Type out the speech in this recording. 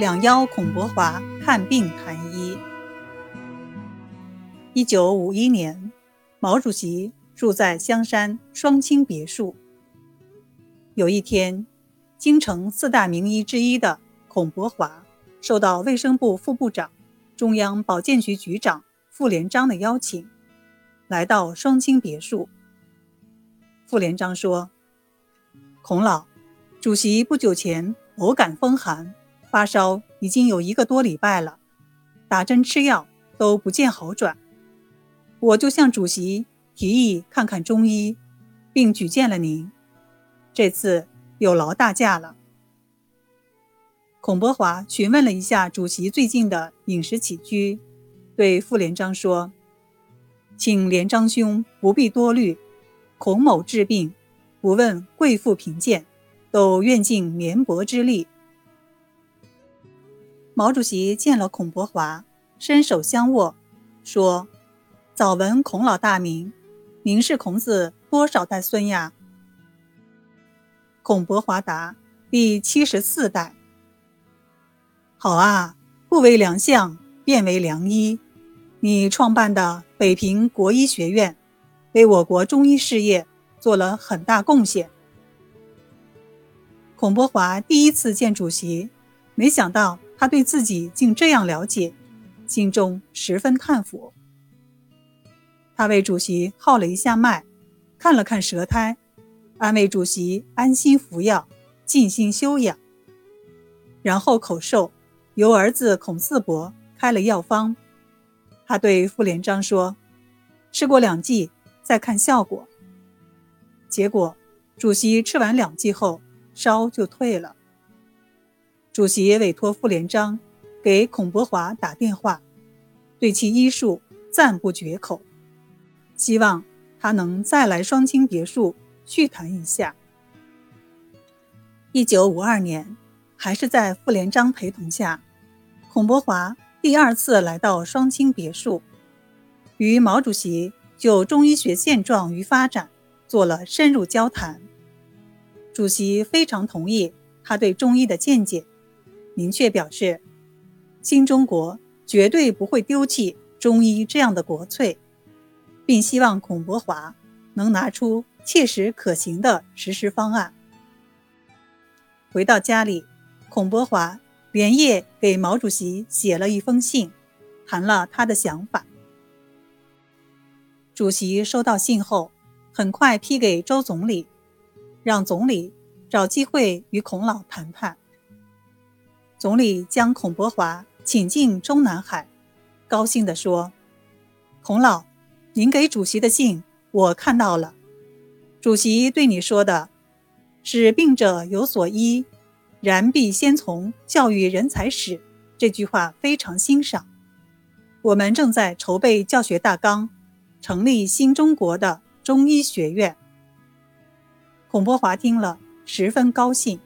两邀孔伯华看病谈医。1951年，毛主席住在香山双清别墅。有一天，京城四大名医之一的孔伯华受到卫生部副部长、中央保健局局长傅连璋的邀请，来到双清别墅。傅连璋说：“孔老，主席不久前偶感风寒，发烧已经有1个多礼拜了，打针吃药都不见好转。我就向主席提议看看中医，并举荐了您。这次有劳大驾了。”孔伯华询问了一下主席最近的饮食起居，对傅连璋说：“请连璋兄不必多虑，孔某治病，不问贵妇贫贱，都愿尽绵薄之力。”毛主席见了孔伯华，伸手相握，说：“早闻孔老大名，您是孔子多少代孙呀？”孔伯华答：“第74代。”好啊，不为良相，便为良医。你创办的北平国医学院，为我国中医事业做了很大贡献。孔伯华第一次见主席，没想到他对自己竟这样了解，心中十分叹服。他为主席号了一下脉，看了看舌苔，安慰主席安心服药，静心休养。然后口授由儿子孔四伯开了药方。他对傅连璋说：“吃过2剂，再看效果。”结果主席吃完2剂后，烧就退了。主席委托傅连璋给孔伯华打电话，对其医术赞不绝口，希望他能再来双清别墅叙谈一下。1952年，还是在傅连璋陪同下，孔伯华第2次来到双清别墅，与毛主席就中医学现状与发展做了深入交谈。主席非常同意他对中医的见解，明确表示新中国绝对不会丢弃中医这样的国粹，并希望孔伯华能拿出切实可行的实施方案。回到家里，孔伯华连夜给毛主席写了一封信，谈了他的想法。主席收到信后，很快批给周总理，让总理找机会与孔老谈判。总理将孔伯华请进中南海，高兴地说：“孔老，您给主席的信我看到了，主席对你说的‘使病者有所医，然必先从教育人才始’这句话非常欣赏。我们正在筹备教学大纲，成立新中国的中医学院。”孔伯华听了十分高兴，